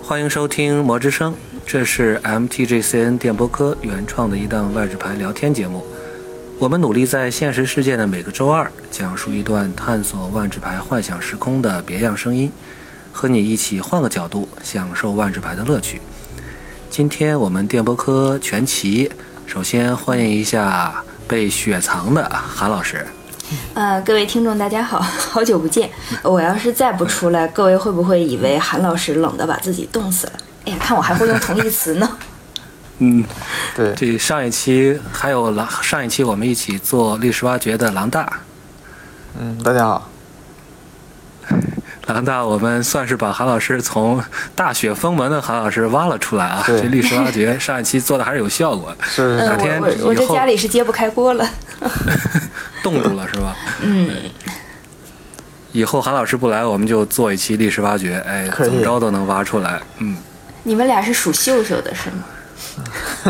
欢迎收听《魔之声》，这是 MTGCN 电波科原创的一档万智牌聊天节目。我们努力在现实世界的每个周二，讲述一段探索万智牌幻想时空的别样声音，和你一起换个角度享受万智牌的乐趣。今天我们电波科全齐，首先欢迎一下被雪藏的韩老师。 各位听众大家好，好久不见。我要是再不出来，各位会不会以为韩老师冷得把自己冻死了？哎呀，看我还会用同义词呢。 对，这上一期还有上一期我们一起做历史挖掘的狼大。 大家好。 狼大，我们算是把韩老师从大雪封门的韩老师挖了出来啊！这历史挖掘上一期做的还是有效果。 是哪天我这家里是揭不开锅了， 冻住了是吧？以后韩老师不来，我们就做一期历史挖掘，哎，怎么着都能挖出来。 你们俩是属秀秀的是吗？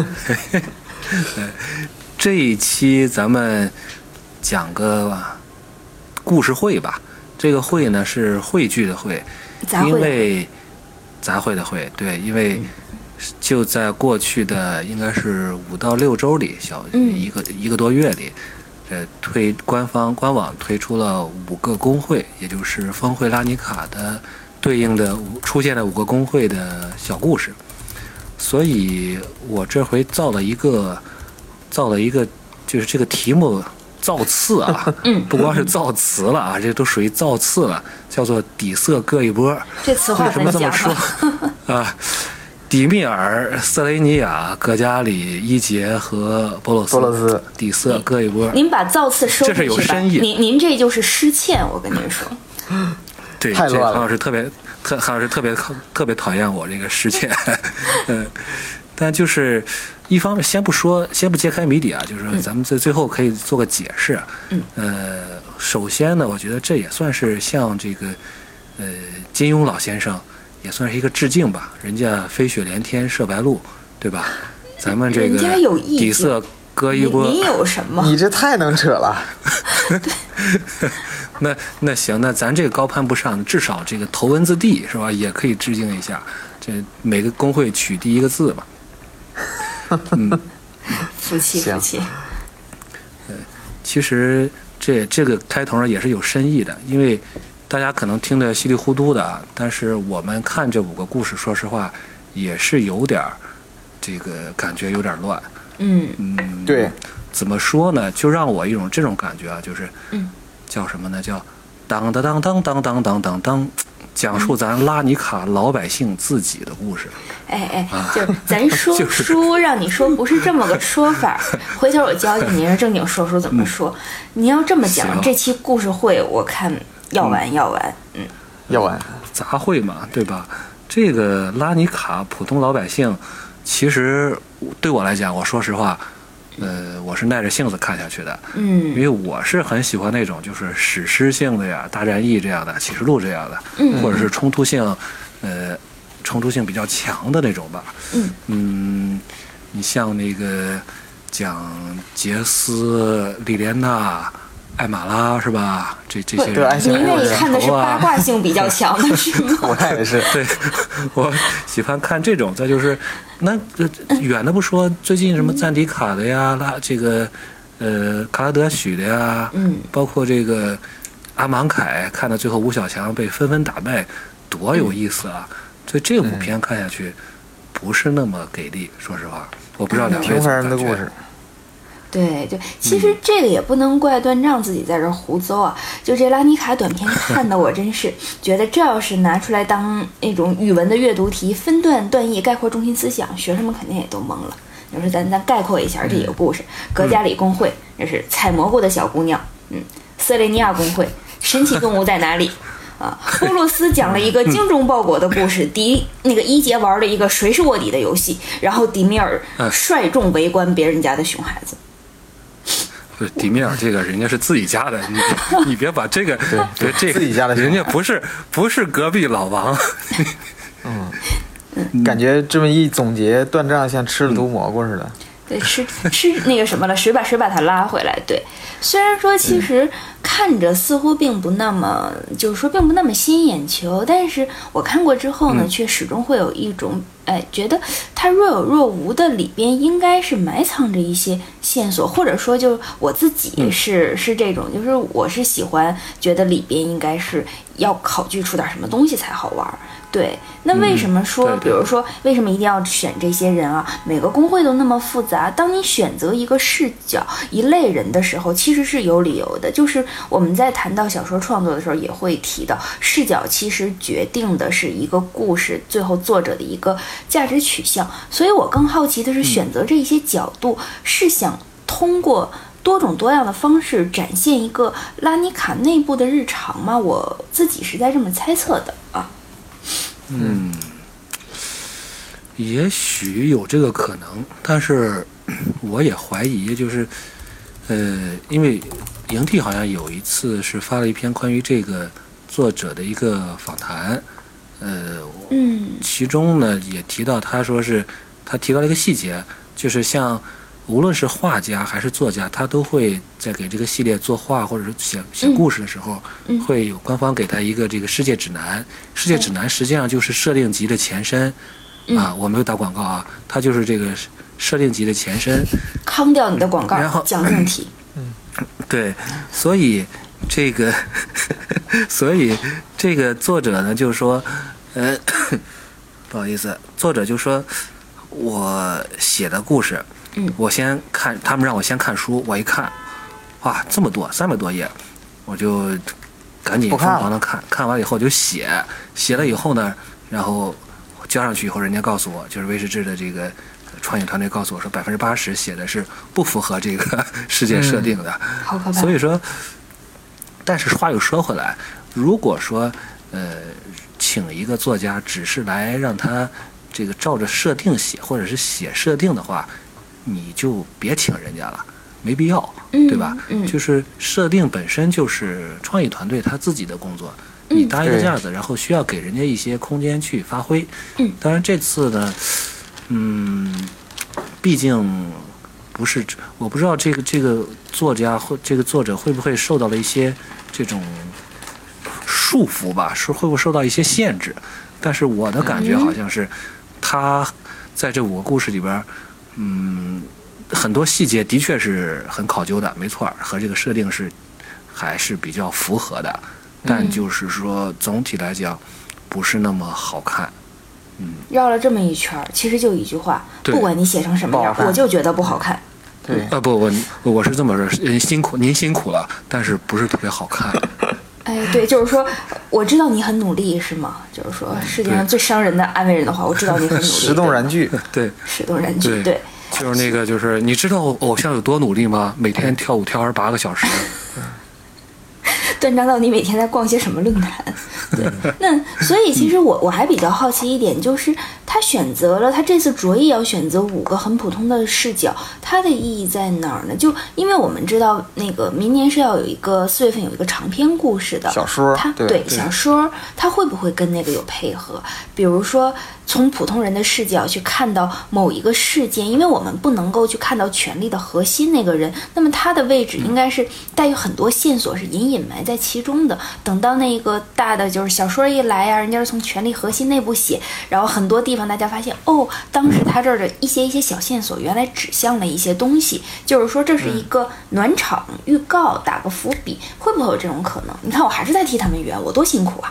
这一期咱们讲个故事会吧。这个会呢是汇聚的会，因为杂烩的会，对，因为就在过去的应该是5到6周里，一个多月里，官网推出了5个公会，也就是峰会拉尼卡的对应的出现了5个公会的小故事，所以我这回造了一个，就是这个题目。造次啊，不光是造词了啊，这都属于造次了，叫做底色各一波。 这词话为什么这么说啊？迪米尔、瑟雷尼亚、格加里、伊杰和波洛斯，底色各一波。 您把造次收回去吧， 这是有深意。 您这就是诗欠，我跟您说。 对，这韩老师特别讨厌我这个诗欠，但就是一方面先不揭开谜底啊，就是咱们最后可以做个解释。首先呢，我觉得这也算是向这个金庸老先生也算是一个致敬吧，人家飞雪连天射白鹿，对吧？咱们这个底色各一波， 你有什么？ 你这太能扯了。 那行，那咱这个高攀不上，至少这个头文字 D 是吧，也可以致敬一下。这每个公会取第一个字嘛。 服气。 其实这个开头呢也是有深意的，因为大家可能听得稀里糊涂的，但是我们看这5个故事，说实话也是有点这个感觉有点乱。 对， 怎么说呢？就让我一种这种感觉啊，就是叫什么呢？叫当当当当当当当当当。讲述咱拉尼卡老百姓自己的故事。 就是咱说书让你说不是这么个说法，回头我教教您正经说书怎么说。您要这么讲，这期故事会我看要完。要完。 杂烩嘛，对吧？这个拉尼卡普通老百姓，其实对我来讲，我说实话。我是耐着性子看下去的，因为我是很喜欢那种就是史诗性的呀，大战役这样的，启示录这样的，或者是冲突性比较强的那种吧。你像那个讲杰斯、莉莲娜、艾玛拉是吧？这些人， 您愿意看的是八卦性比较强的是吗？ 我看也是， 对，我喜欢看这种。再就是那远的不说，最近什么赞迪卡的呀，这个卡拉德许的呀，包括这个阿芒凯，看到最后吴小强被纷纷打败，多有意思啊！所以这5篇看下去不是那么给力，说实话，我不知道两位怎么感觉。 的故事。 对，其实这个也不能怪段丈自己在这胡诌啊。就这拉尼卡短篇看的我真是觉得，这要是拿出来当那种语文的阅读题，分段段义概括中心思想，学生们肯定也都懵了。就是咱概括一下这几个故事：格加里公会，这是采蘑菇的小姑娘；瑟雷尼亚公会，神奇动物在哪里？波洛斯讲了一个精忠报国的故事，那个伊杰玩了一个谁是卧底的游戏，然后迪米尔率众围观别人家的熊孩子。 迪米尔这个人家是自己家的，你别把这个这个自己家的， 人家不是隔壁老王。 感觉这么一总结，段丈像吃了毒蘑菇似的。 对，吃那个什么了，谁把他拉回来？对，虽然说其实看着似乎并不那么，就是说并不那么吸引眼球，但是我看过之后呢，却始终会有一种觉得它若有若无的里边应该是埋藏着一些线索，或者说就是我自己是这种，就是我是喜欢觉得里边应该是要考据出点什么东西才好玩。对，那为什么说，比如说，为什么一定要选这些人啊？每个工会都那么复杂。当你选择一个视角、一类人的时候，其实是有理由的。就是我们在谈到小说创作的时候，也会提到，视角其实决定的是一个故事最后作者的一个价值取向。所以我更好奇的是，选择这些角度，是想通过多种多样的方式展现一个拉尼卡内部的日常吗？我自己是在这么猜测的啊。 也许有这个可能，但是我也怀疑，就是因为营地好像有一次是发了一篇关于这个作者的一个访谈，其中呢也提到，他说是他提到了一个细节，就是像无论是画家还是作家，他都会在给这个系列作画或者是写故事的时候，会有官方给他一个这个世界指南。世界指南实际上就是设定集的前身，我没有打广告啊，它就是这个设定集的前身。 康掉你的广告， 然后讲正题。 对，所以这个作者呢，就是说，不好意思，作者就说，我写的故事。我先看，他们让我先看书，我一看，哇，这么多，300多页，我就赶紧疯狂的看，看完以后就写了以后呢，然后交上去以后，人家告诉我，就是威士忌的这个创业团队告诉我说，80%写的是不符合这个世界设定的， 好可怕。 所以说，但是话又说回来，如果说请一个作家只是来让他这个照着设定写，或者是写设定的话，你就别请人家了，没必要，对吧？就是设定本身就是创意团队他自己的工作，你搭一个架子，然后需要给人家一些空间去发挥。当然这次呢，毕竟不是，我不知道这个作家或这个作者会不会受到了一些这种束缚吧，是会不会受到一些限制？但是我的感觉好像是，他在这5个故事里边。很多细节的确是很考究的，没错，和这个设定还是比较符合的，但就是说总体来讲不是那么好看。 绕了这么一圈，其实就一句话，不管你写成什么样，我就觉得不好看。 对， 我是这么说，您辛苦了，但是不是特别好看。 对，就是说，我知道你很努力，是吗？就是说，世界上最伤人的安慰人的话，我知道你很努力。 石动燃具， 对， 石动燃具，对。 就是那个，就是你知道偶像有多努力吗？每天跳舞跳28个小时。 段章到底每天在逛些什么论坛？对，那所以其实我还比较好奇一点，就是他这次着意要选择5个很普通的视角，它的意义在哪儿呢？就因为我们知道那个明年是要有一个4月份有一个长篇故事的小说， 对小说，它会不会跟那个有配合？比如说从普通人的视角去看到某一个事件，因为我们不能够去看到权力的核心那个人，那么他的位置应该是带有很多线索，是隐埋在其中的。等到那个大的就是小说一来呀，人家是从权力核心内部写，然后很多地方大家发现，当时他这儿的一些小线索原来指向了一些东西，就是说这是一个暖场预告，打个伏笔，会不会有这种可能？你看我还是在替他们圆，我多辛苦啊。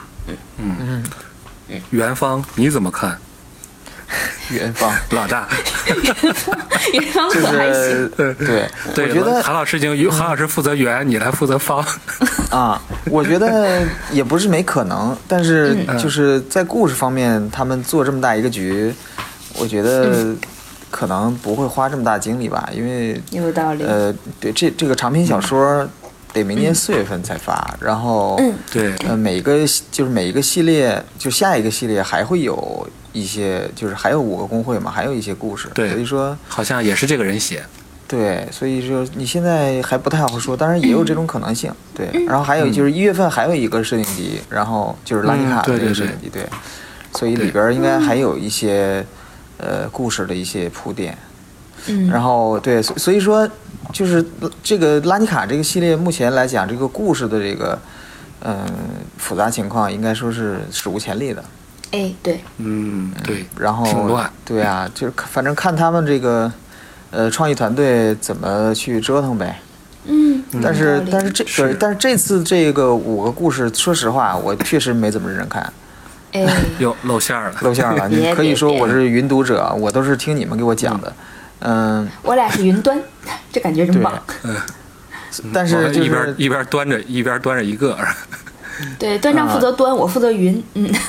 元芳你怎么看？ 元芳老大， 元芳可还行。 对， 我觉得韩老师负责圆，你来负责芳。 我觉得也不是没可能，但是就是在故事方面，他们做这么大一个局，我觉得可能不会花这么大精力吧，因为有道理。 对，这个长篇小说得明年4月份才发，然后对， 每一个系列，就下一个系列还会有一些，就是还有5个工会嘛，还有一些故事， 对， 所以说好像也是这个人写。 对，所以说你现在还不太好说，当然也有这种可能性。对，然后还有就是1月份还有一个设定集，然后就是拉尼卡的这个设定集，对，所以里边应该还有一些故事的一些铺垫。 然后对，所以说就是这个拉尼卡这个系列目前来讲，这个故事的这个复杂情况应该说是史无前例的。 哎，对， 对， 然后挺乱， 对啊，就是反正看他们这个创意团队怎么去折腾呗。但是这次这个5个故事，说实话，我确实没怎么认真看。 又露馅了， 你可以说我是云读者，我都是听你们给我讲的。 我俩是云端，这感觉真棒。 但是就是一边端着一个。 对，端上负责端，我负责云。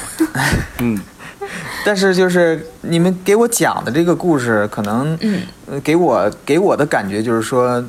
但是就是你们给我讲的这个故事，可能给我的感觉就是说，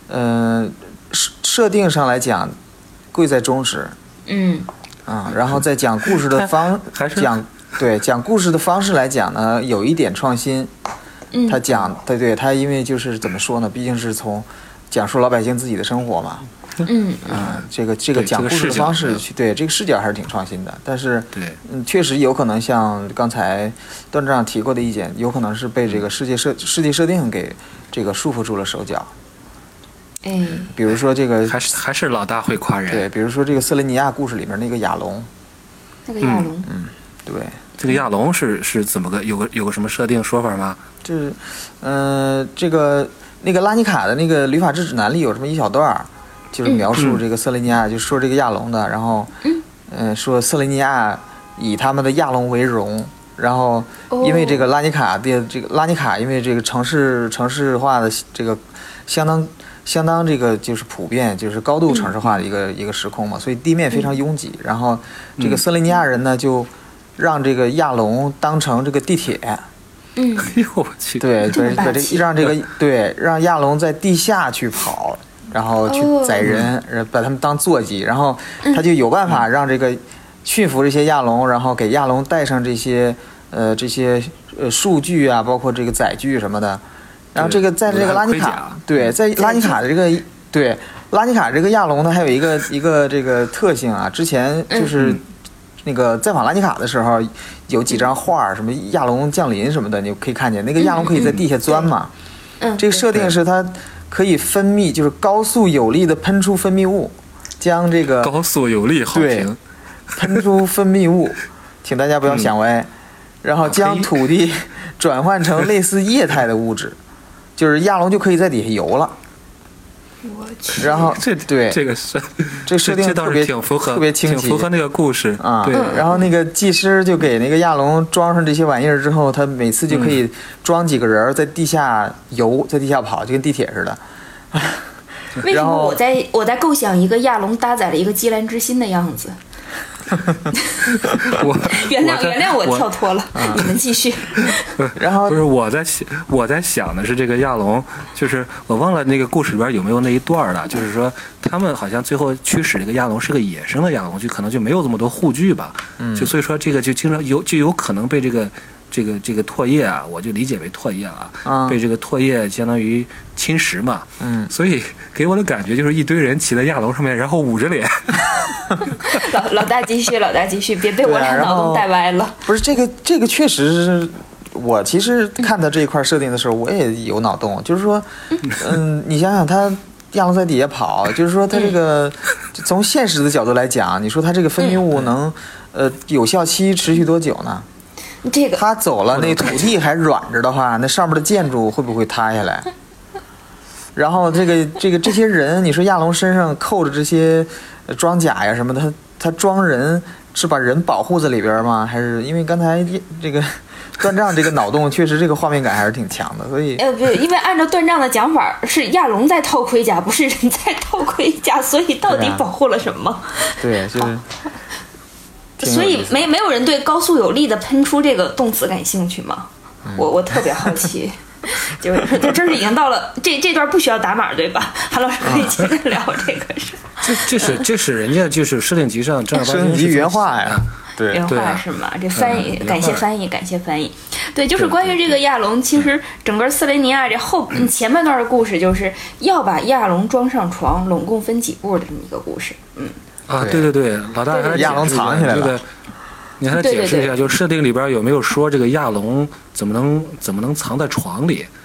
设定上来讲，贵在忠实。然后在讲故事的讲故事的方式来讲呢，有一点创新。他因为就是怎么说呢，毕竟是从讲述老百姓自己的生活嘛。这个讲故事的方式对这个视角还是挺创新的，但是确实有可能像刚才段长提过的意见，有可能是被这个世界设定给这个束缚住了手脚。比如说这个还是老大会夸人。 对，比如说这个瑟雷尼亚故事里面那个亚龙。 那个亚龙。 对。 这个亚龙是怎么个有个什么设定说法吗？ 就是这个那个拉尼卡的那个旅法之指南里有这么一小段。就是描述这个瑟雷尼亚，就说这个亚龙的，然后，说瑟雷尼亚以他们的亚龙为荣，然后因为这个拉尼卡，因为这个城市化的这个相当这个就是普遍，就是高度城市化的一个时空嘛，所以地面非常拥挤，然后这个瑟雷尼亚人呢就让这个亚龙当成这个地铁。 我去。 对，让亚龙在地下去跑。然后去宰人，把他们当坐骑，然后他就有办法让这个驯服这些亚龙，然后给亚龙带上这些数据啊，包括这个载具什么的。然后这个在这个拉尼卡，在拉尼卡的拉尼卡这个亚龙呢，还有一个这个特性啊，之前就是那个在访拉尼卡的时候，有几张画，什么亚龙降临什么的，你可以看见那个亚龙可以在地下钻嘛。这个设定是它可以分泌，就是高速有力的喷出分泌物，将这个高速有力好评喷出分泌物，请大家不要想歪，然后将土地转换成类似液态的物质，就是亚龙就可以在底下游了。 我去， 然后这个设定特别清晰， 挺符合那个故事啊。对，然后那个技师就给那个亚龙装上这些玩意儿之后，他每次就可以装几个人在地下游，在地下跑，就跟地铁似的。 为什么我在构想一个亚龙搭载了一个基兰之心的样子？原谅我跳脱了，你们继续。 然后不是我在想的是这个亚龙，就是我忘了那个故事里边有没有那一段了，就是说他们好像最后驱使这个亚龙是个野生的亚龙，就可能就没有这么多护具吧，就所以说这个就经常有可能被这个唾液啊，我就理解为唾液了，被这个唾液相当于侵蚀嘛，所以给我的感觉就是一堆人骑在亚龙上面，然后捂着脸。 老大继续，别被我俩脑洞带歪了。 不是这个确实是我其实看到这一块设定的时候，我也有脑洞，就是说，你想想他亚龙在底下跑，就是说他这个从现实的角度来讲，你说他这个分泌物能有效期持续多久呢？ 这个他走了，那土地还软着的话，那上面的建筑会不会塌下来？然后这些人，你说亚龙身上扣着这些装甲呀什么的，他装人是把人保护在里边吗？还是因为刚才这个段丈这个脑洞确实这个画面感还是挺强的，所以不，因为按照段丈的讲法是亚龙在套盔甲，不是人在套盔甲，所以到底保护了什么？ 对，就是。 所以没有人对高速有力的喷出这个动词感兴趣吗？我特别好奇，就是这是已经到了这段不需要打码对吧？韩老师可以接着聊这个事。 这是人家就是设定集上正儿八经设定集原话呀，对， 原话是吗？这翻译感谢翻译。对，就是关于这个亚龙，其实整个瑟雷尼亚这前半段的故事就是要把亚龙装上床，拢共分几步的这么一个故事， 对，老大还亚龙藏起来了。 你还解释一下，就设定里边有没有说这个亚龙怎么能藏在床里？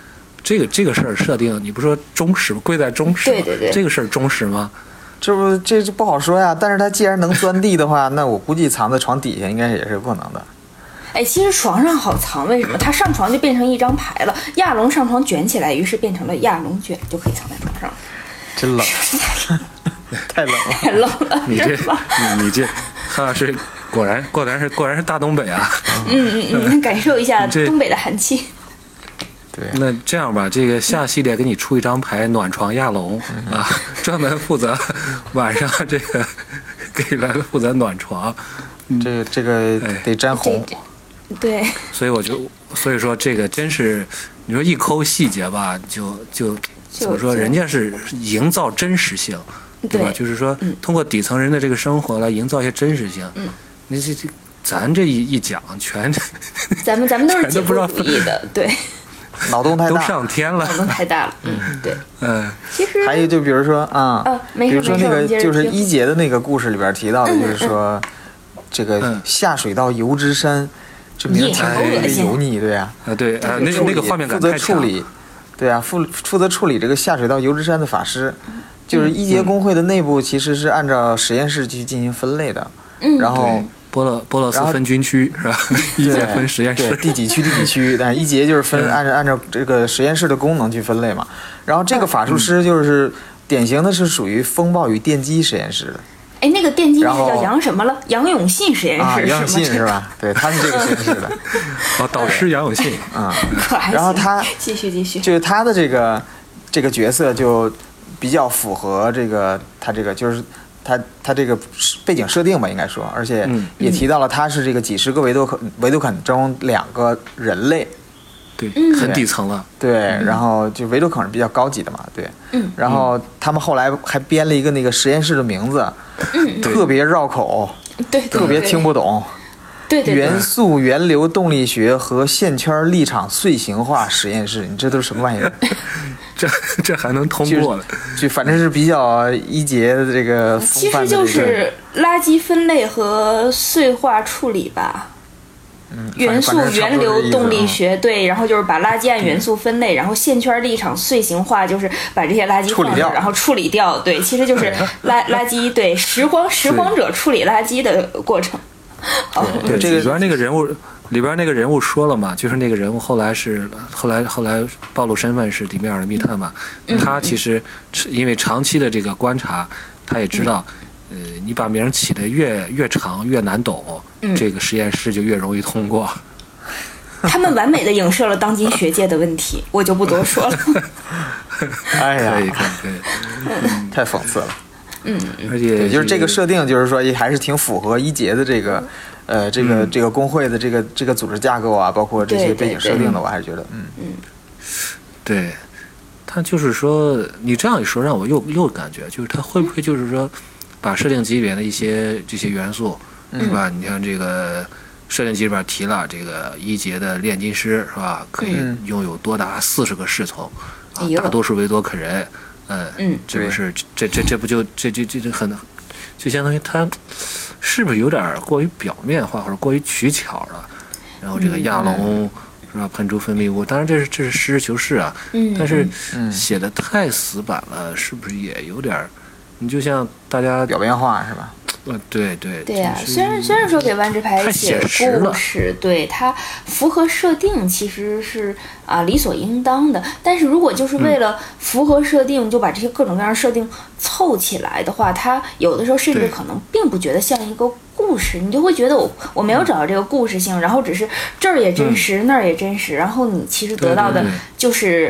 这个事儿设定，你不说忠实，贵在忠实吗？ 对， 这个事儿忠实吗？ 这不好说呀。但是他既然能钻地的话，那我估计藏在床底下应该也是有可能的。 哎，其实床上好藏，为什么？他上床就变成一张牌了。亚龙上床卷起来，于是变成了亚龙卷，就可以藏在床上。 真冷，太冷了， 太冷了。 你这，哈是果然是大东北啊。 感受一下东北的寒气。 对， 那这样吧，这个下系列给你出一张牌，暖床亚龙啊，专门负责晚上这个给来负责暖床。 这个得沾红。 对， 所以说这个真是，你说一抠细节吧，就怎么说，人家是营造真实性，对吧？就是说通过底层人的这个生活来营造一些真实性。你这咱这一讲全， 咱们都是解构主义的，对。 脑洞太大， 都上天了， 脑洞太大了。对。其实还有就比如说比如说那个就是一节的那个故事里边提到的，就是说这个下水道油脂山，这名挺油腻，对呀。 对那个画面感太强。 对啊，负责处理这个下水道油脂山的法师，就是一节工会的内部其实是按照实验室去进行分类的。然后波洛斯分军区是吧？一节分实验室， 对，第几区，但是一节就是分按照这个实验室的功能去分类嘛。然后这个法术师就是典型的是属于风暴与电击实验室的。 哎，那个电击是叫杨什么了？杨永信实验室杨永信是吧？对，他是这个实验室的。 导师杨永信然后他继续， 就是他的这个角色就比较符合他这个就是他这个背景设定吧，应该说，而且也提到了他是这个几十个维多肯中2个人类。 对，很底层了。 对，然后就维多肯是比较高级的嘛，对。然后他们后来还编了一个那个实验室的名字，特别绕口， 对， 特别听不懂。 对， 元素源流动力学和线圈立场碎形化实验室，你这都是什么玩意儿？ 这还能通过了？ 就反正是比较一节的这个风范的其实就是垃圾分类和碎化处理吧。元素源流动力学，对，然后就是把垃圾按元素分类，然后线圈立场碎形化，就是把这些垃圾放掉，然后处理掉。对，其实就是垃圾，对，拾荒者处理垃圾的过程。 对，这个里边那个人物说了嘛，就是那个人物后来暴露身份是迪米尔的密探嘛，他其实因为长期的这个观察，他也知道。你把名起的越长越难懂，这个实验室就越容易通过。 他们完美的影射了当今学界的问题，我就不多说了。 哎呀， 可以， 太讽刺了。 而且就是这个设定，就是说还是挺符合一节的这个这个工会的这个组织架构啊，包括这些背景设定的，我还是觉得对。他就是说，你这样一说，让我又感觉，就是他会不会就是说。把设定集里面的一些这些元素，是吧？你看这个设定集里边提了这个一节的炼金师，是吧？可以拥有多达40个侍从，大多数维多肯人，这不是这不就这很，就相当于他是不是有点过于表面化或者过于取巧了？然后这个亚龙是吧？喷出分泌物，当然这是实事求是啊，但是写的太死板了，是不是也有点？你就像大家表面化是吧？ 对呀、虽然说给万智牌写故事，对它符合设定其实是理所应当的。但是如果就是为了符合设定，就把这些各种各样的设定凑起来的话，它有的时候甚至可能并不觉得像一个故事，你就会觉得我没有找到这个故事性，然后只是这儿也真实，那儿也真实，然后你其实得到的就是。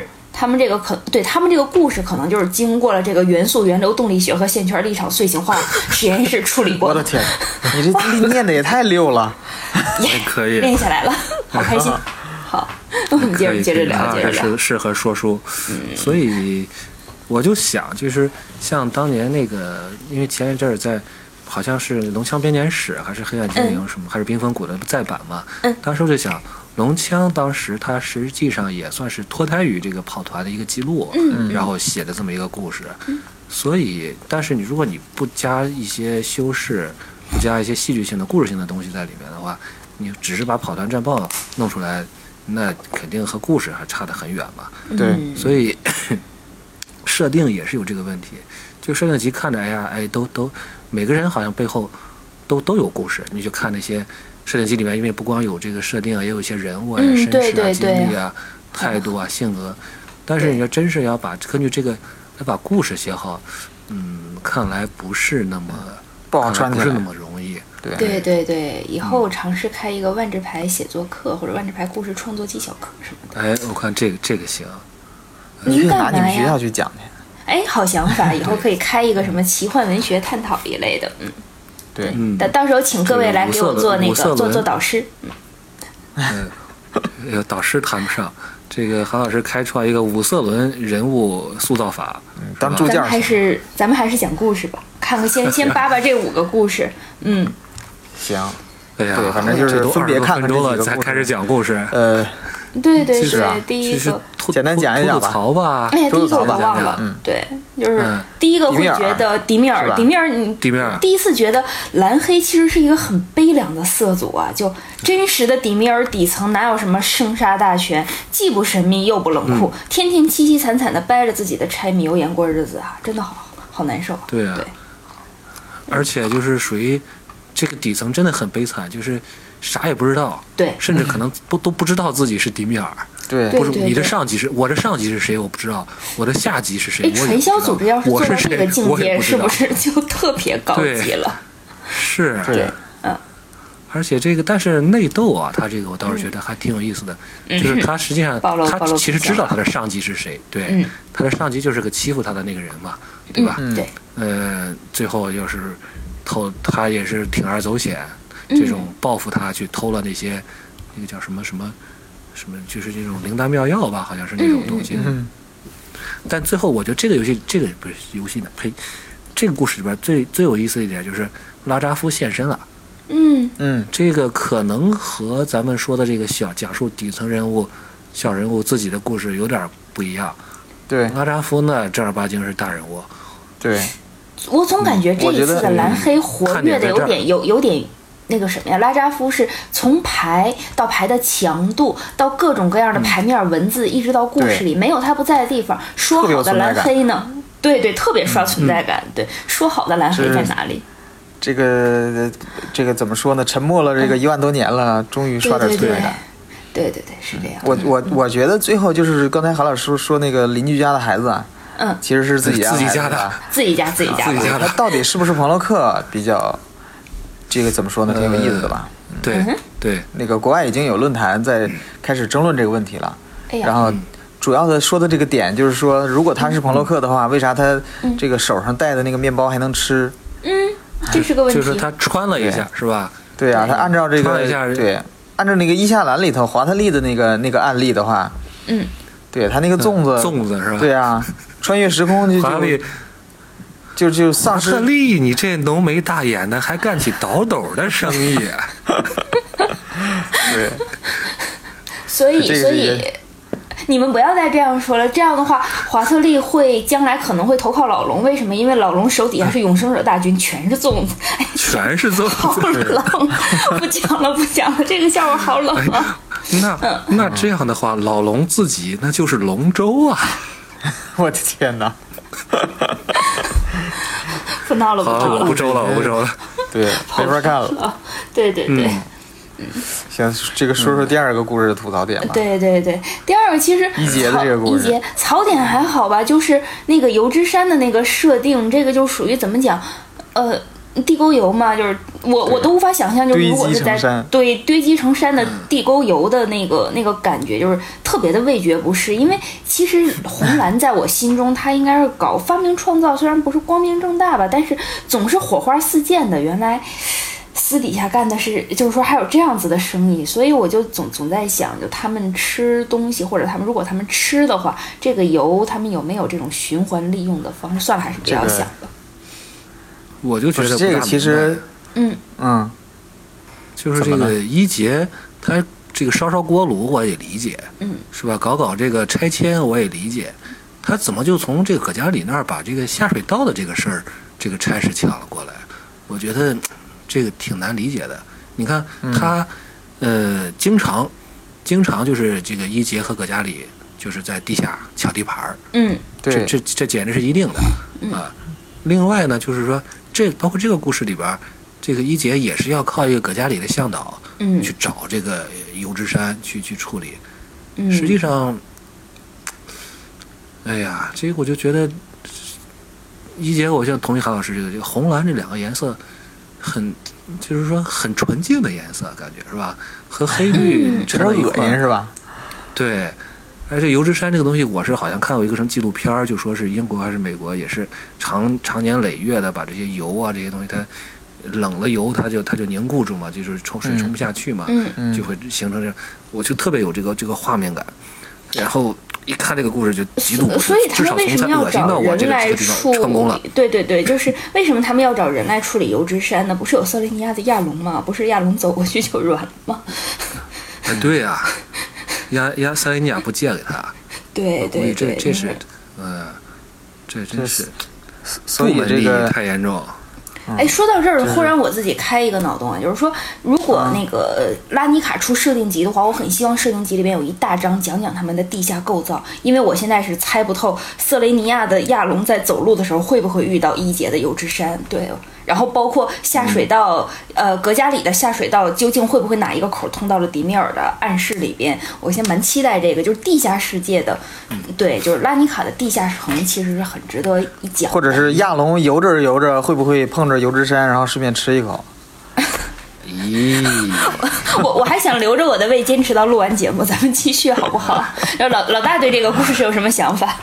他们这个故事可能就是经过了这个元素源流动力学和线圈立场碎形化实验室处理过。 我的天，你这念的也太溜了， 可以练下来了，好开心。好，我们接着聊， 适合说书。所以我就想，就是像当年那个，因为前一阵儿在。好像是龙枪编年史还是黑暗精灵什么，还是冰封谷的再版嘛？当时我就想，龙枪当时它实际上也算是脱胎于这个跑团的一个记录，然后写的这么一个故事。所以，但是如果你不加一些修饰，不加一些戏剧性的故事性的东西在里面的话，你只是把跑团战报弄出来， 那肯定和故事还差得很远嘛。 对， 所以设定也是有这个问题。就设定集看着，哎呀，哎，都每个人好像背后都有故事。你就看那些设定集里面，因为不光有这个设定啊，也有一些人物啊、身世啊、经历啊、态度啊、性格。但是你要真是要根据这个来把故事写好，看来不是那么不好穿起来， 不是那么容易。 对，以后尝试开一个万智牌写作课或者万智牌故事创作技巧课什么的。 哎，我看这个行。 您干嘛呀？ 拿你们学校去讲去。 哎，好想法，以后可以开一个什么奇幻文学探讨一类的。 对， 到时候请各位来给我做那个做导师。 导师谈不上。这个韩老师开创一个5色轮人物塑造法， 当助教。 咱们还是讲故事吧，看看先扒扒这5个故事。 行。 哎呀， 对，反正就是分别看看这几个故事才开始讲故事。 对，第一个简单讲一讲吧。 哎呀，第一个我忘了。对，就是第一个会觉得迪米尔，第一次觉得蓝黑其实是一个很悲凉的色组啊，就真实的迪米尔底层哪有什么生杀大权，既不神秘又不冷酷，天天凄凄惨惨的掰着自己的柴米油盐过日子啊，真的好难受。 对啊，而且就是属于这个底层真的很悲惨，就是啥也不知道， 对， 甚至可能都不知道自己是迪米尔， 对， 不是你的上级是我的上级是谁我不知道，我的下级是谁， 传销组织要是做到这个境界，是不是就特别高级了？ 是， 对， 而且这个但是内斗啊，他这个我倒是觉得还挺有意思的，就是他实际上他其实知道他的上级是谁，对，他的上级就是个欺负他的那个人嘛，对吧？ 对， 最后就是他也是铤而走险。这种报复他去偷了那些，那个叫什么，就是这种灵丹妙药吧，好像是那种东西。但最后我觉得这个游戏，这个不是游戏呢，呸，这个故事里边最有意思的一点就是拉扎夫现身了。这个可能和咱们说的这个讲述底层人物、小人物自己的故事有点不一样。 对， 拉扎夫呢正儿八经是大人物。 对， 我总感觉这一次的蓝黑活跃的有点。那个什么呀，拉扎夫是从牌到牌的强度，到各种各样的牌面文字，一直到故事里没有他不在的地方。说好的蓝黑呢？对，特别刷存在感。对，说好的蓝黑在哪里？ 这个怎么说呢？沉默了这个1万多年了，终于刷点存在感。 对，是这样。 我觉得最后就是刚才韩老师说那个邻居家的孩子啊，其实是自己家的， 自己家的。 他到底是不是朋洛克比较？这个怎么说呢？挺有意思的吧？ 对， 那个国外已经有论坛在开始争论这个问题了。然后主要的说的这个点就是说，如果他是朋洛克的话，为啥他这个手上戴的那个面包还能吃？ 这是个问题。 就是他穿了一下，是吧？ 对啊，他按照这个按照那个伊夏兰里头华特利的那个案例的话，对他那个粽子是吧？ 对啊，穿越时空就丧失。 华特利，你这浓眉大眼的，还干起倒斗的生意。 对， 所以你们不要再这样说了。这样的话，华特利将来可能会投靠老龙。为什么？因为老龙手底下是永生者大军，全是粽子， 全是粽子， 好冷。不讲了，这个笑话好冷啊。 那这样的话，老龙自己那就是龙舟啊！ 我的天哪！ 不闹了， 我不周了。 对，没法看了。 对。 行，这个说第二个故事的吐槽点吧。 对，第二个其实一节的这个故事， 槽点还好吧，就是那个油之山的那个设定，这个就属于怎么讲，地沟油嘛，就是我都无法想象，就是如果是在堆积成山的地沟油的那个感觉，就是特别的味觉不适。因为其实红蓝在我心中，他应该是搞发明创造，虽然不是光明正大吧，但是总是火花四溅的。原来私底下干的是，就是说还有这样子的生意，所以我就总在想，就他们吃东西，或者如果他们吃的话，这个油他们有没有这种循环利用的方式？算了，还是不要想的。 我就觉得这个其实， 就是这个一节，他这个烧锅炉我也理解，是吧？搞这个拆迁我也理解，他怎么就从这个葛加里那儿把这个下水道的这个事儿，这个差事抢了过来？我觉得这个挺难理解的。你看他，经常经常就是这个伊杰和葛加里就是在地下抢地盘儿。 对， 这简直是一定的啊。另外呢，就是说包括这个故事里边，这个伊杰也是要靠一个葛加里的向导，去找这个油之山去处理。实际上，哎呀，这个我就觉得，伊杰，我像同意韩老师这个红蓝这两个颜色就是说很纯净的颜色，感觉是吧？和黑绿有点恶心是吧？ 对。而且油之山这个东西，我是好像看过一个什么纪录片，就说是英国还是美国，也是长年累月的把这些油啊这些东西，它冷了油它就凝固住嘛，就是水冲不下去嘛，就会形成这样。我就特别有这个画面感，然后一看这个故事就极度， 所以他们为什么要找人来处理？对，就是为什么他们要找人来处理油之山呢？不是有瑟雷尼亚的亚龙吗？不是亚龙走过去就软了吗？ 对呀。塞雷尼亚不借给他， 对， 这是，这真是， 所以这个太严重。 哎，说到这儿，忽然我自己开一个脑洞啊，就是说，如果那个拉尼卡出设定集的话，我很希望设定集里边有一大章讲他们的地下构造，因为我现在是猜不透瑟雷尼亚的亚龙在走路的时候会不会遇到伊杰的油之山，对。然后包括下水道，格加里的下水道究竟会不会哪一个口通到了迪米尔的暗室里边？我现在蛮期待这个，就是地下世界的，对，就是拉尼卡的地下城其实是很值得一讲。 或者是亚龙游着会不会碰着油之山，然后顺便吃一口？ 咦， 我还想留着我的胃，坚持到录完节目，咱们继续好不好？然后老大对这个故事有什么想法？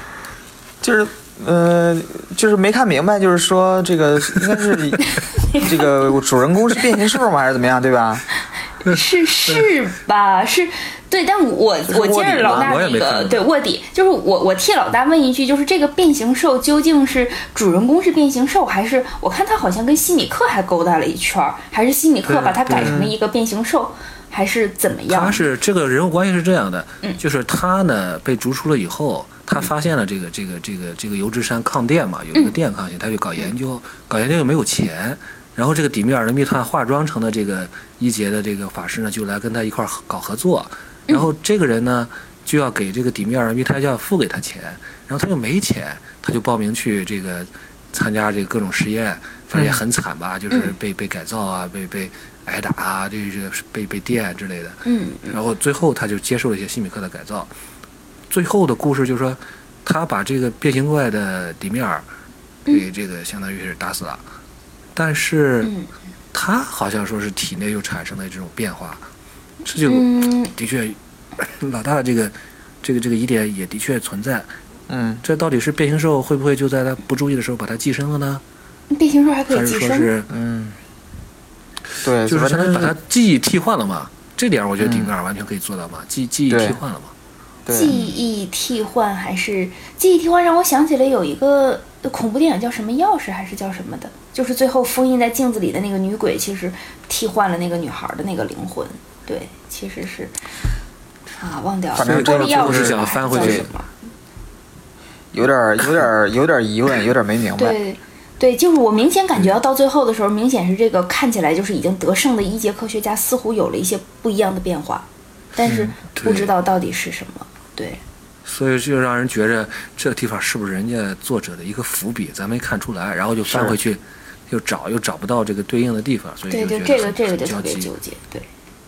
就是没看明白，就是说这个应该是这个主人公是变形兽吗，还是怎么样，对吧？ 是吧？是对，但我接着老大那个对卧底，就是我替老大问一句，就是这个变形兽究竟是主人公是变形兽，还是我看他好像跟西米克还勾搭了一圈，还是西米克把他改成了一个变形兽？还是怎么样？ 他是这个人物关系是这样的，就是他呢被逐出了以后，他发现了这个油之山抗电嘛，有一个电抗性，他就搞研究又没有钱，然后这个底米尔的密探化妆成的这个伊杰的这个法师呢，就来跟他一块搞合作，然后这个人呢就要给这个底米尔的密探就要付给他钱，然后他就没钱，他就报名去这个参加这个各种实验，反正也很惨吧，就是被改造啊，被挨打啊，这个被电之类的，然后最后他就接受了一些西米克的改造。最后的故事就是说，他把这个变形怪的底米尔给这个相当于是打死了，但是他好像说是体内又产生了这种变化，这就的确老大的这个疑点也的确存在。这到底是变形兽会不会就在他不注意的时候把他寄生了呢？ 变形兽还可以寄生？ 还是说是对， 就是相当于把他记忆替换了嘛？这点我觉得底米尔完全可以做到嘛，记忆替换了嘛。 记忆替换还是记忆替换，让我想起来有一个恐怖电影叫什么钥匙还是叫什么的，就是最后封印在镜子里的那个女鬼，其实替换了那个女孩的那个灵魂。对，其实是忘掉了。 反正这个钥匙想翻回去， 有点疑问，有点没明白。 对，就是我明显感觉到最后的时候，明显是这个看起来就是已经得胜的一节科学家似乎有了一些不一样的变化，但是不知道到底是什么。对， 所以就让人觉着这个地方是不是人家作者的一个伏笔，咱没看出来，然后就翻回去，又找不到这个对应的地方，所以就这个就特别纠结。对，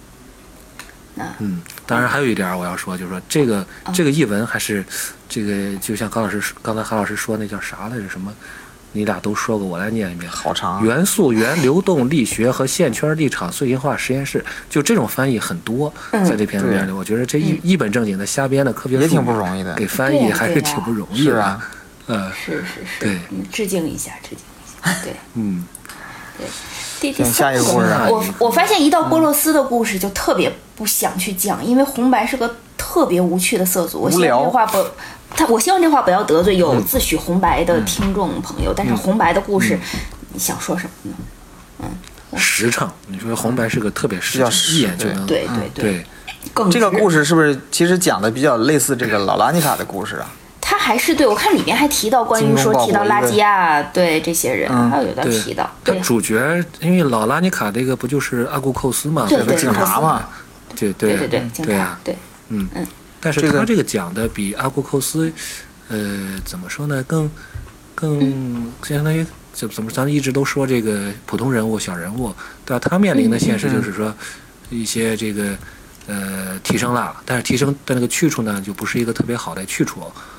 当然还有一点我要说，就是说这个译文还是这个，就像刚才韩老师说那叫啥来着？什么？你俩都说过，我来念一遍。 好长。 元素源流动力学和线圈立场碎形化实验室，就这种翻译很多，在这篇里面，我觉得这一本正经的瞎编的科别也挺不容易的， 给翻译还是挺不容易的。 是， 对， 致敬一下。对，对。第下一个故事， 我发现一到波洛斯的故事就特别不想去讲，因为红白是个特别无趣的色组。我希望这话不要得罪有自诩红白的听众朋友，但是红白的故事，你想说什么呢？ 实诚，你说红白是个特别实诚，一眼就能对。 这个故事是不是其实讲的比较类似这个老拉尼卡的故事啊？ 他还是对我看里面还提到关于提到拉基亚对这些人，还有的提到。 主角因为老拉尼卡这个不就是阿古寇斯嘛， 对警察嘛。 对，警察，对， 但是他这个讲的比阿古寇斯，怎么说呢，更相当于怎么，咱们一直都说这个普通人物、小人物，对吧？他面临的现实就是说一些这个提升了，但是提升的那个去处呢，就不是一个特别好的去处。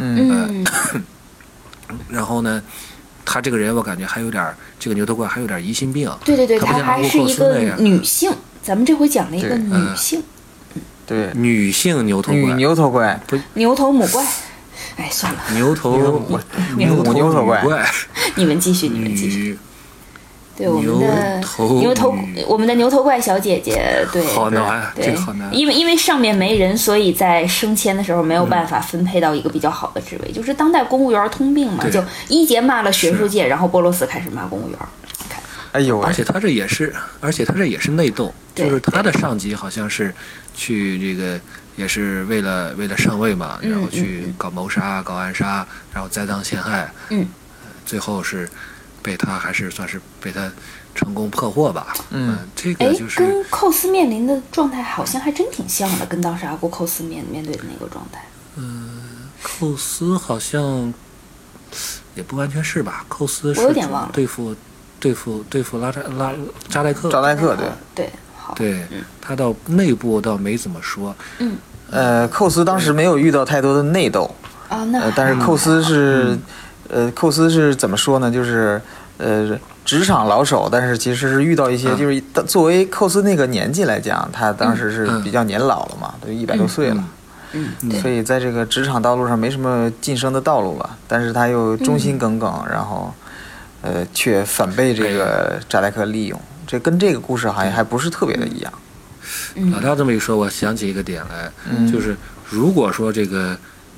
然后呢，他这个人我感觉还有点，这个牛头怪还有点疑心病。 对，他还是一个女性，咱们这回讲了一个女性。 对， 女性牛头怪， 女牛头怪， 不，牛头母怪。哎，算了， 牛头怪， 你们继续。对，我们的牛头怪小姐姐，对， 好难， 对， 这个好难。 因为上面没人，所以在升迁的时候没有办法分配到一个比较好的职位，就是当代公务员通病嘛，就一节骂了学术界，然后波罗斯开始骂公务员。 哎呦， 而且他这也是内斗，就是他的上级好像是去这个也是为了上位嘛，然后去搞谋杀、搞暗杀，然后栽赃陷害，最后是还是算是被他成功破获吧。这个就是跟寇斯面临的状态好像还真挺像的，跟当时阿古寇斯面对的那个状态。 寇斯好像也不完全是吧？寇斯是我有点忘了对付扎代克， 对，好， 对，他到内部倒没怎么说。 寇斯当时没有遇到太多的内斗但是寇斯是怎么说呢？就是职场老手，但是其实是遇到一些，就是作为寇斯那个年纪来讲，他当时是比较年老了嘛，都100多岁了。所以在这个职场道路上没什么晋升的道路吧，但是他又忠心耿耿，然后却反被这个扎代克利用，这跟这个故事好像还不是特别的一样。 老大这么一说，我想起一个点来，就是如果说这个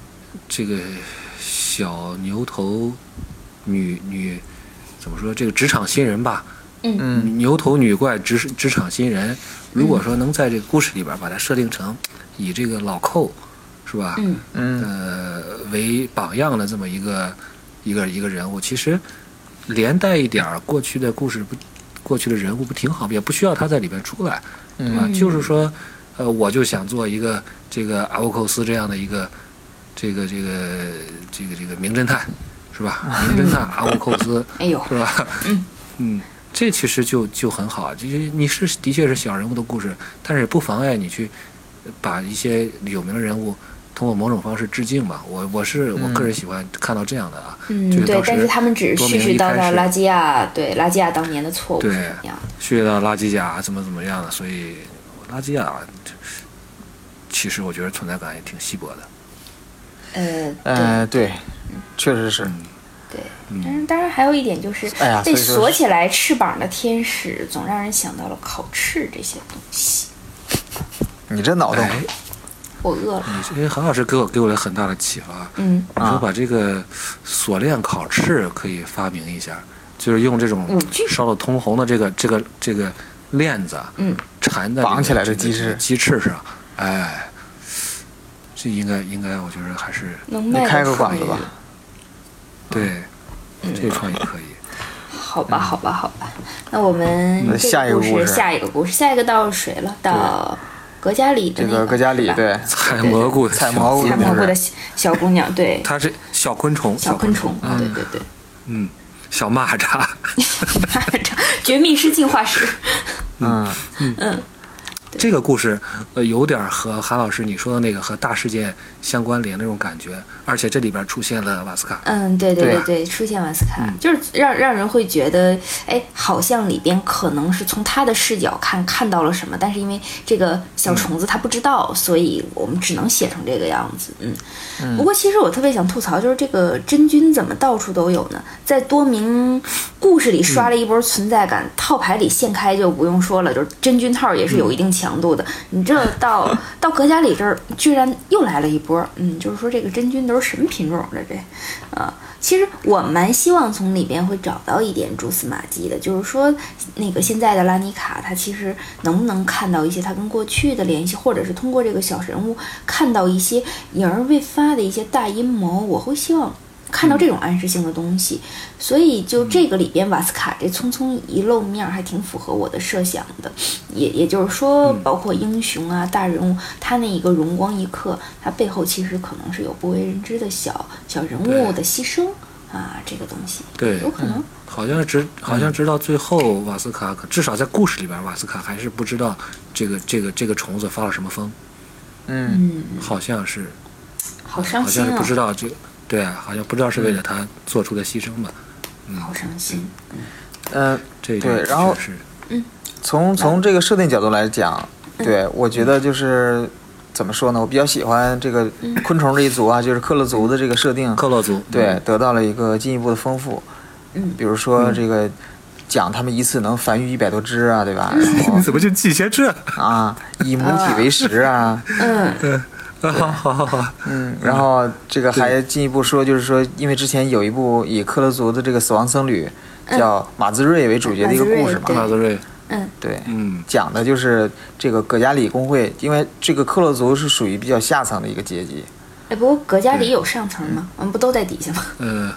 小牛头女怎么说，这个职场新人吧，牛头女怪职场新人，如果说能在这个故事里边把它设定成以这个老寇是吧，为榜样的这么一个人物，其实连带一点过去的故事过去的人物不挺好，也不需要他在里边出来，对吧？就是说，我就想做一个这个阿沃寇斯这样的一个这个名侦探，是吧？名侦探阿沃寇斯，是吧？这其实就很好，就是你的确是小人物的故事，但是也不妨碍你去把一些有名的人物通过某种方式致敬吧。我个人喜欢看到这样的啊。 对，但是他们只是絮絮叨叨拉基亚当年的错误是怎么样的， 絮絮叨拉基亚怎么样的，所以拉基亚其实我觉得存在感也挺稀薄的。对，确实是。 对，当然还有一点就是，被锁起来翅膀的天使总让人想到了烤翅这些东西。 你这脑洞， 我饿了。 你这韩老师给我了很大的启发。你说把这个锁链烤翅可以发明一下，就是用这种烧到通红的这个链子，缠在绑起来的鸡翅上，哎，这应该我觉得还是能开个馆子吧。 对，这个创意可以。 好吧，那我们下一个故事，下一个到谁了？到格加里的这个格加里，对， 采蘑菇的小姑娘，对， 她是小昆虫， 对， 小蚂蚱， 绝密室进化史， 这个故事有点和韩老师你说的那个和大事件相关联那种感觉，而且这里边出现了瓦斯卡。 对，出现瓦斯卡，就是让人会觉得，好像里边可能是从他的视角看到了什么，但是因为这个小虫子他不知道，所以我们只能写成这个样子。不过其实我特别想吐槽，就是这个真菌怎么到处都有呢？在多名故事里刷了一波存在感，套牌里现开就不用说了，就是真菌套也是有一定强度的。你这到格加里这儿居然又来了一波，就是说这个真菌都是什么品种的这其实我蛮希望从里边会找到一点蛛丝马迹的，就是说那个现在的拉尼卡他其实能不能看到一些他跟过去的联系，或者是通过这个小人物看到一些隐而未发的一些大阴谋，我会希望看到这种暗示性的东西，所以就这个里边瓦斯卡这匆匆一露面还挺符合我的设想的，也就是说，包括英雄啊、大人物，他那一个荣光一刻，他背后其实可能是有不为人知的小人物的牺牲啊，这个东西对有可能。 好像直到最后，瓦斯卡至少在故事里边，瓦斯卡还是不知道这个虫子发了什么疯。好像是， 好伤心啊！ 好像是不知道这个，对啊，好像不知道是为了他做出的牺牲吧。 好伤心。 对，然后从这个设定角度来讲，对我觉得就是怎么说呢？我比较喜欢这个昆虫这一族啊，就是克洛族的这个设定。 克洛族对，得到了一个进一步的丰富。比如说这个讲他们一次能繁育100多只啊，对吧？ 你怎么就记些这啊？以母体为食啊。 好。 然后这个还进一步说，就是说，因为之前有一部以克洛族的这个死亡僧侣叫马兹瑞为主角的一个故事嘛。 马兹瑞。 对，讲的就是这个葛加里工会，因为这个克洛族是属于比较下层的一个阶级。 不过葛加里有上层吗？我们不都在底下吗？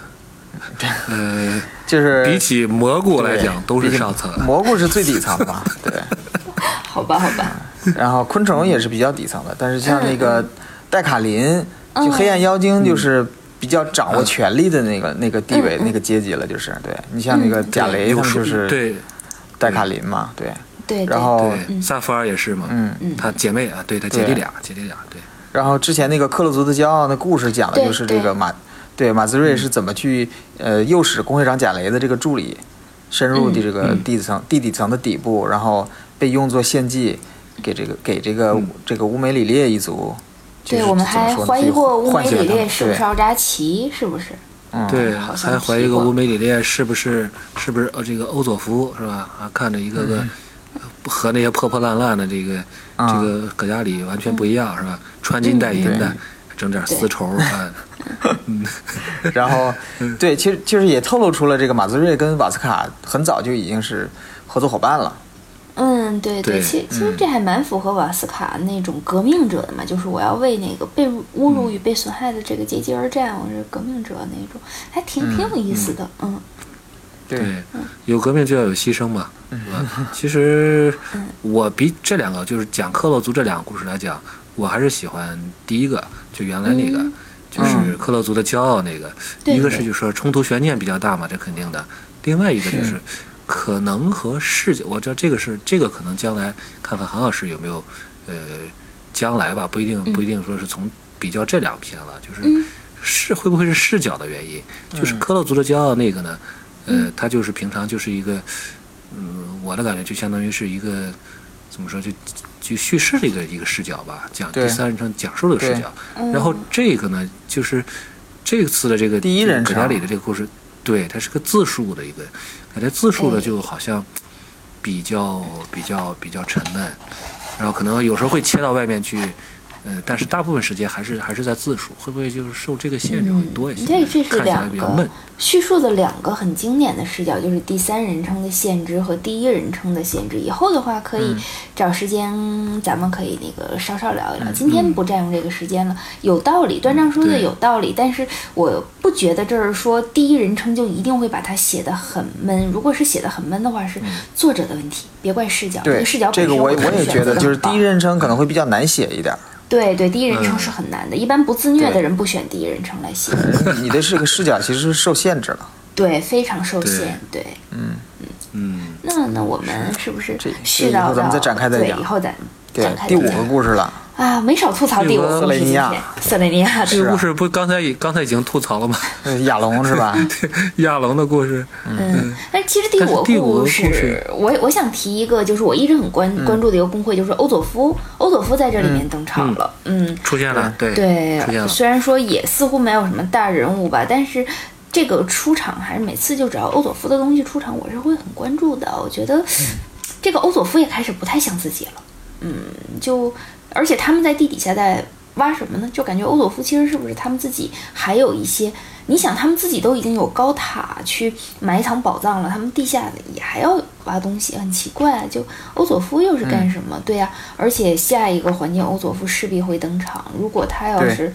就是比起蘑菇来讲，都是上层。 蘑菇是最底层的嘛？对。 好吧。 然后昆虫也是比较底层的，但是像那个戴卡林，就黑暗妖精，就是比较掌握权力的那个地位、那个阶级了，就是对你像那个贾雷他们就是对戴卡林嘛， 对。 然后萨福尔也是嘛，他姐妹啊，对他姐弟俩，对。 然后之前那个克洛族的骄傲的故事讲的就是这个马兹瑞是怎么去诱使工会长贾雷的这个助理深入的这个地底层的底部，然后被用作献祭给这个乌梅里列一族。 对，我们还怀疑过乌梅里列是不是奥扎奇，是不是？ 对，还怀疑过乌梅里列是不是这个欧佐夫是吧？啊，看着一个个和那些破破烂烂的这个葛加里完全不一样是吧？穿金戴银的。整点丝绸啊， 然后对，其实也透露出了这个马兹瑞跟瓦斯卡很早就已经是合作伙伴了。 对，其实这还蛮符合瓦斯卡那种革命者的嘛，就是我要为那个被侮辱与被损害的这个阶级而战，我是革命者那种，还挺有意思的。 对，有革命就要有牺牲嘛，是吧？其实我比这两个就是讲克洛族这两个故事来讲，我还是喜欢第一个。就原来那个，就是克洛族的骄傲那个，一个是就是说冲突悬念比较大嘛，这肯定的。另外一个就是可能和视角，我知道这个可能将来看看韩老师有没有将来吧，不一定说是从比较这两篇了，就是会不会是视角的原因？就是克洛族的骄傲那个呢，他就是平常就是一个，我的感觉就相当于是一个怎么说就叙事的一个视角吧，讲第三人称讲述的视角。然后这个呢，就是这次的这个第一人称葛加里的这个故事，对，它是个自述的一个，感觉自述的就好像比较沉闷，然后可能有时候会切到外面去。但是大部分时间还是在自述，会不会就是受这个限制会多一些？ 这是两个叙述的两个很经典的视角，就是第三人称的限制和第一人称的限制。以后的话可以找时间，咱们可以那个稍聊一聊。今天不占用这个时间了，有道理，端章说的有道理，但是我不觉得这是说第一人称就一定会把它写得很闷。如果是写得很闷的话，是作者的问题，别怪视角。 对， 视角这个我也觉得，就是第一人称可能会比较难写一点。 对，第一人称是很难的，一般不自虐的人不选第一人称来写。 你的这个视角其实是受限制了。 对，非常受限。对，那我们是不是续到咱们再展开再讲？ 对，以后咱展开第5个故事了。 啊，没少吐槽第5个色雷尼亚。 这个故事不刚才已经吐槽了吗？ 亚龙是吧？ 亚龙的故事。 但其实第5个故事，我想提一个，就是我一直很关注的一个工会，就是欧佐夫。欧佐夫在这里面登场了， 出现了，对， 出现了。虽然说也似乎没有什么大人物吧，但是这个出场还是每次就只要欧佐夫的东西出场，我是会很关注的。我觉得这个欧佐夫也开始不太像自己了，而且他们在地底下在挖什么呢？就感觉欧佐夫其实是不是他们自己还有一些，你想他们自己都已经有高塔去埋藏宝藏了，他们地下也还要挖东西，很奇怪。就欧佐夫又是干什么？对呀，而且下一个环节欧佐夫势必会登场，如果他要是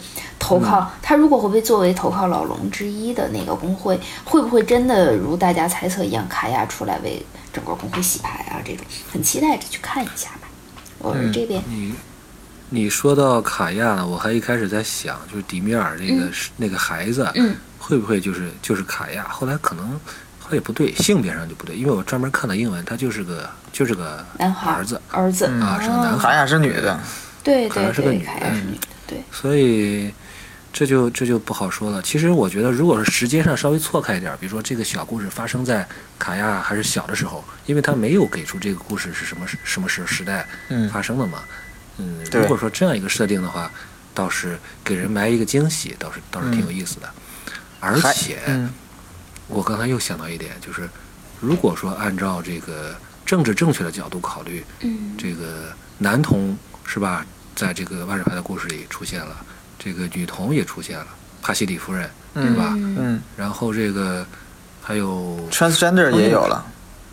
投靠他，如果会被作为投靠老龙之一的那个工会，会不会真的如大家猜测一样，卡亚出来为整个工会洗牌啊？这种很期待着去看一下吧。我是这边， 你说到卡亚呢，我还一开始在想，就是迪米尔那个孩子，会不会就是卡亚？后来可能也不对，性别上就不对，因为我专门看了英文，他就是个男孩儿子啊，是个男孩， 卡亚是女的， 对， 卡亚是个女的， 对， 所以这就不好说了。其实我觉得，如果是时间上稍微错开一点，比如说这个小故事发生在卡亚还是小的时候，因为他没有给出这个故事是什么时代发生的嘛。如果说这样一个设定的话，倒是给人埋一个惊喜，倒是挺有意思的。而且，我刚才又想到一点，就是如果说按照这个政治正确的角度考虑，这个男童是吧，在这个万智牌的故事里出现了，这个女童也出现了，帕西里夫人，是吧？然后这个还有 transgender 也有了。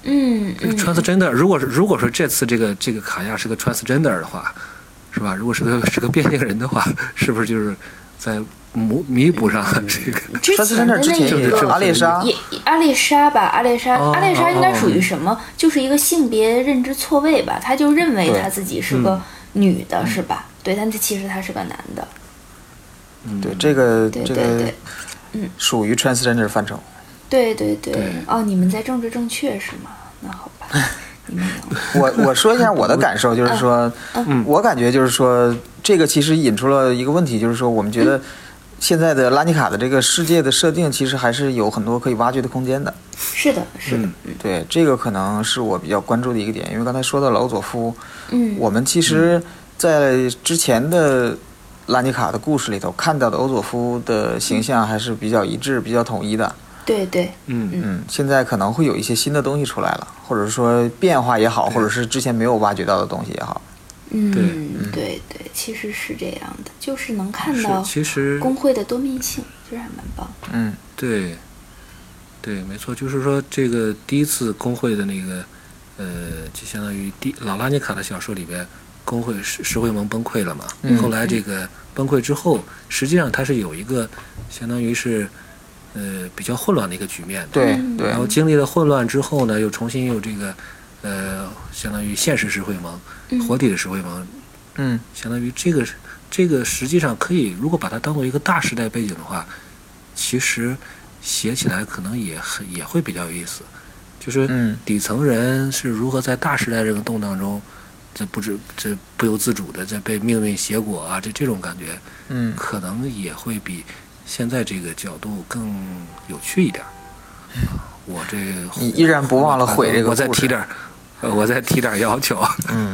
transgender 如果说这次这个卡亚是个 transgender 的话，是吧？如果是个变性人的话，是不是就是在弥补上这个 transgender 之前也有阿丽莎吧？阿丽莎应该属于什么？就是一个性别认知错位吧？他就认为他自己是个女的，是吧？对，但其实他是个男的。 对，这个属于 transgender 范畴。 对，哦，你们在政治正确是吗？那好吧，你们我说一下我的感受，就是说，我感觉就是说，这个其实引出了一个问题，就是说，我们觉得现在的拉尼卡的这个世界的设定，其实还是有很多可以挖掘的空间的。 是的。 对，这个可能是我比较关注的一个点，因为刚才说到了欧佐夫，我们其实在之前的拉尼卡的故事里头看到的欧佐夫的形象还是比较一致、比较统一的。 对， 现在可能会有一些新的东西出来了，或者说变化也好，或者是之前没有挖掘到的东西也好。 对，其实是这样的，就是能看到其实工会的多面性，其实还蛮棒。 对，没错，就是说这个第一次工会的那个就相当于老拉尼卡的小说里边，工会石会盟崩溃了嘛。后来这个崩溃之后，实际上它是有一个相当于是比较混乱的一个局面。 对。 然后经历了混乱之后呢，又重新有这个相当于现实石会盟，活体的石会盟。相当于这个实际上可以，如果把它当做一个大时代背景的话，其实写起来可能也会比较有意思。就是底层人是如何在大时代这个动荡中，这不由自主的在被命运挟裹啊，这种感觉，可能也会比现在这个角度更有趣一点。我这你依然不忘了毁这个故事。 我再提点要求。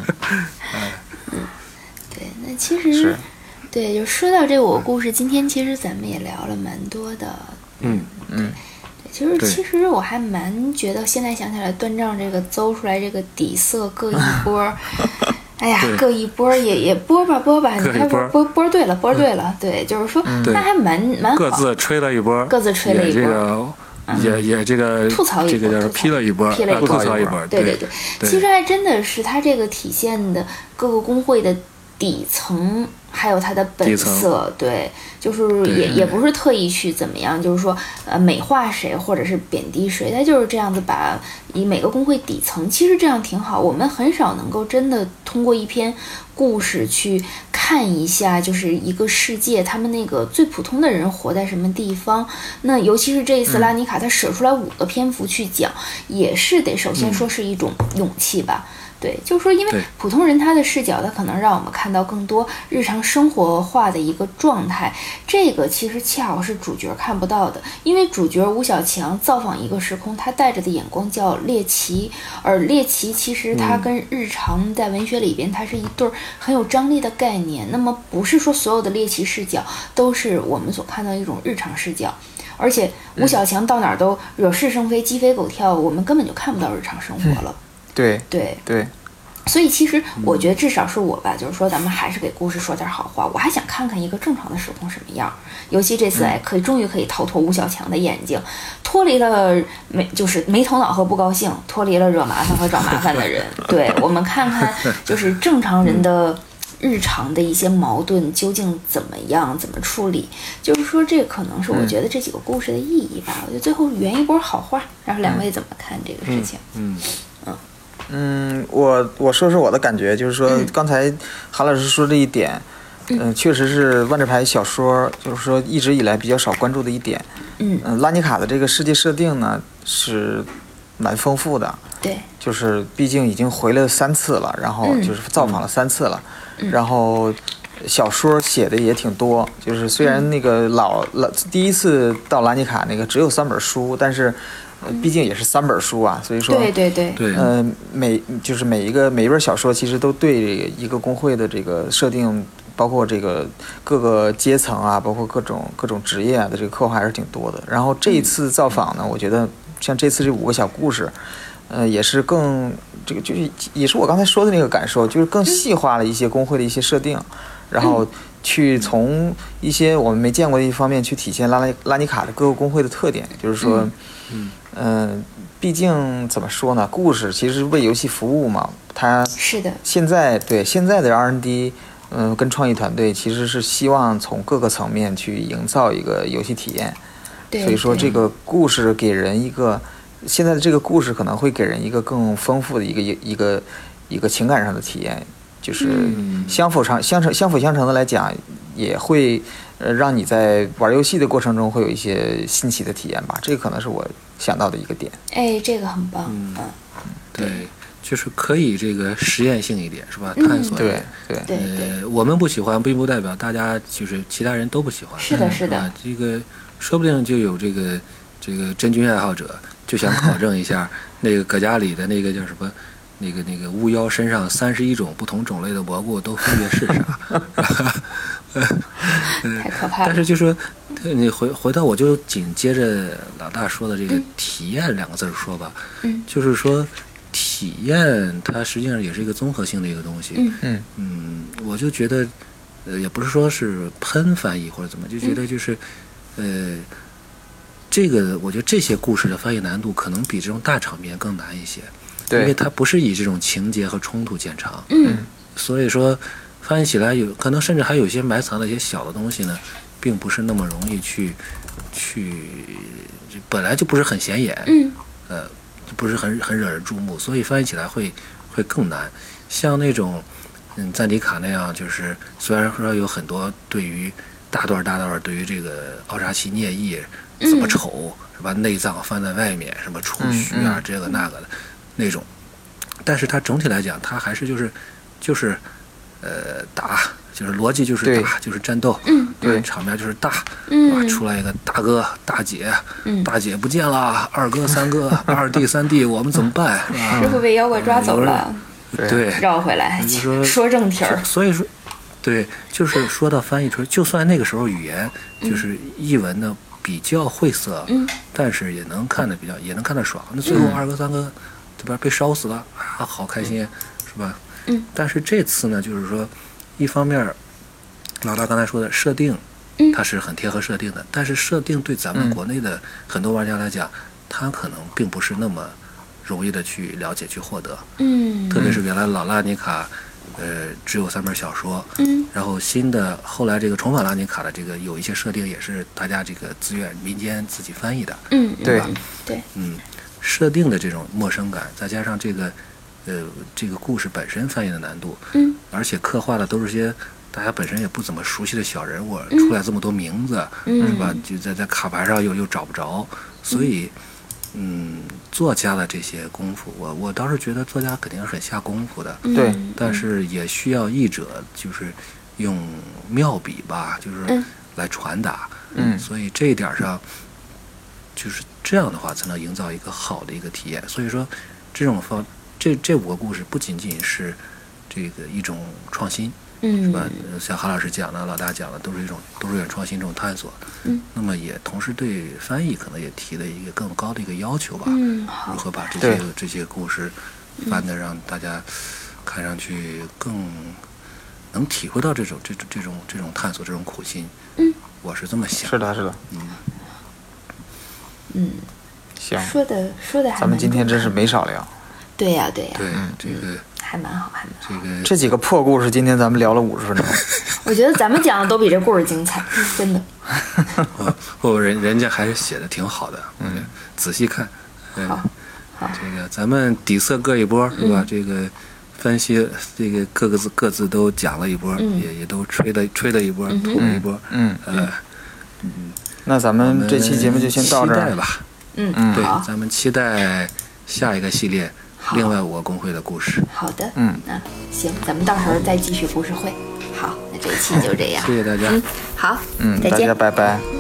对，那其实对，就说到这个我故事，今天其实咱们也聊了蛮多的。其实我还蛮觉得，现在想起来，断账这个邹出来这个底色各一波，哎呀，各一波也播吧，你看播对了，对，就是说那还蛮好， 各自吹了一波，也这个吐槽一波， 这个叫批了一波，吐槽一波， 对，其实还真的是他这个体现的各个工会的底层。还有它的本色，对，就是也不是特意去怎么样，就是说美化谁或者是贬低谁，它就是这样子把以每个工会底层，其实这样挺好。我们很少能够真的通过一篇故事去看一下，就是一个世界他们那个最普通的人活在什么地方。那尤其是这一次拉尼卡他舍出来5个篇幅去讲，也是得首先说是一种勇气吧。对，就是说，因为普通人他的视角，他可能让我们看到更多日常生活化的一个状态，这个其实恰好是主角看不到的。因为主角吴小强造访一个时空，他带着的眼光叫猎奇，而猎奇其实它跟日常在文学里边，它是一对很有张力的概念。那么不是说所有的猎奇视角都是我们所看到的一种日常视角，而且吴小强到哪儿都惹是生非、鸡飞狗跳，我们根本就看不到日常生活了。 对， 所以其实我觉得至少是我吧，就是说咱们还是给故事说点好话。我还想看看一个正常的时空什么样，尤其这次终于可以逃脱吴小强的眼睛，脱离了就是没头脑和不高兴，脱离了惹麻烦和找麻烦的人。对，我们看看就是正常人的日常的一些矛盾究竟怎么样，怎么处理。就是说，这可能是我觉得这几个故事的意义吧。我觉得最后圆一波好话，然后两位怎么看这个事情？ 我说说我的感觉，就是说刚才韩老师说这一点，确实是万智牌小说就是说一直以来比较少关注的一点。拉尼卡的这个世界设定呢是蛮丰富的， 对， 就是毕竟已经回来3次了，然后就是造访了3次了，然后小说写的也挺多，就是虽然那个第一次到拉尼卡那个只有3本书，但是毕竟也是3本书啊，所以说对， 每一本小说其实都对一个工会的这个设定，包括这个各个阶层啊，包括各种职业啊的这个刻画还是挺多的。然后这一次造访呢，我觉得像这次这5个小故事，也是更这个就是也是我刚才说的那个感受，就是更细化了一些工会的一些设定，然后去从一些我们没见过的一方面去体现拉尼卡的各个工会的特点，就是说。毕竟怎么说呢？故事其实是为游戏服务嘛。它是的。 现在的 R&D，跟创意团队其实是希望从各个层面去营造一个游戏体验。 对。 所以说这个故事给人一个，现在的这个故事可能会给人一个更丰富的一个情感上的体验，就是相辅相成的来讲，也会让你在玩游戏的过程中会有一些新奇的体验吧。这个可能是我想到的一个点。 哎，这个很棒。 对，就是可以这个实验性一点，是吧？探索一点。 对。 我们不喜欢，并不代表大家就是其他人都不喜欢。 是的，是的。 这个说不定就有这个真菌爱好者就想考证一下那个葛加里的那个叫什么。那个巫妖身上31种不同种类的蘑菇都分别是啥？ 太可怕了。 但是就说你回到我就紧接着老大说的这个体验2个字说吧，就是说体验它实际上也是一个综合性的一个东西。我就觉得也不是说是喷翻译或者怎么，就觉得就是这个我觉得这些故事的翻译难度可能比这种大场面更难一些。因为它不是以这种情节和冲突见长，所以说翻译起来有可能甚至还有一些埋藏的一些小的东西呢，并不是那么容易去本来就不是很显眼，不是很惹人注目，所以翻译起来会更难。像那种赞迪卡那样，就是虽然说有很多对于大段对于这个奥扎奇涅翼怎么丑，是吧？内脏翻在外面，什么触须啊，这个那个的。那种，但是它整体来讲，它还是就是打，就是逻辑就是打，就是战斗，对，场面就是大，出来一个大哥大姐，大姐不见了，2哥3哥2弟3弟，我们怎么办？ 师傅被妖怪抓走了， 对， 绕回来，说正题儿。 所以说，对，就是说到翻译出来，就算那个时候语言就是译文呢比较晦涩，但是也能看得爽。那最后2哥3哥。对吧？被烧死了啊，好开心，是吧？但是这次呢，就是说，一方面，老大刚才说的设定，它是很贴合设定的，但是设定对咱们国内的很多玩家来讲，他可能并不是那么容易的去了解、去获得。特别是原来老拉尼卡，只有3本小说，然后后来这个重返拉尼卡的这个有一些设定也是大家这个自愿民间自己翻译的，对吧？ 对， 设定的这种陌生感，再加上这个故事本身翻译的难度，而且刻画的都是些大家本身也不怎么熟悉的小人物，出来这么多名字，是吧？就在卡牌上又找不着，所以，作家的这些功夫，我倒是觉得作家肯定是很下功夫的， 对， 但是也需要译者就是用妙笔吧，就是来传达，所以这一点上。就是这样的话，才能营造一个好的一个体验。所以说，这5个故事不仅仅是这个一种创新，是吧？像韩老师讲的、老大讲的，都是一种创新、这种探索。那么也同时对翻译可能也提了一个更高的一个要求吧。如何把这些故事翻得让大家看上去更能体会到这种探索、这种苦心。我是这么想。 是的。行， 说的还咱们今天真是没少聊。 对呀。 对，这个还蛮好，还蛮好。 这几个破故事，今天咱们聊了50分钟。 我觉得咱们讲的都比这故事精彩，真的。 人家还是写的挺好的，仔细看。 好， 这个咱们底色各一波，是吧？这个分析这个各自都讲了一波，也都吹了一波，吐了一波。 那咱们这期节目就先到这儿吧。 对， 咱们期待下一个系列，另外5个工会的故事。 好的，那行，咱们到时候再继续故事会。好，那这一期就这样。 谢谢大家。 好， 大家拜拜。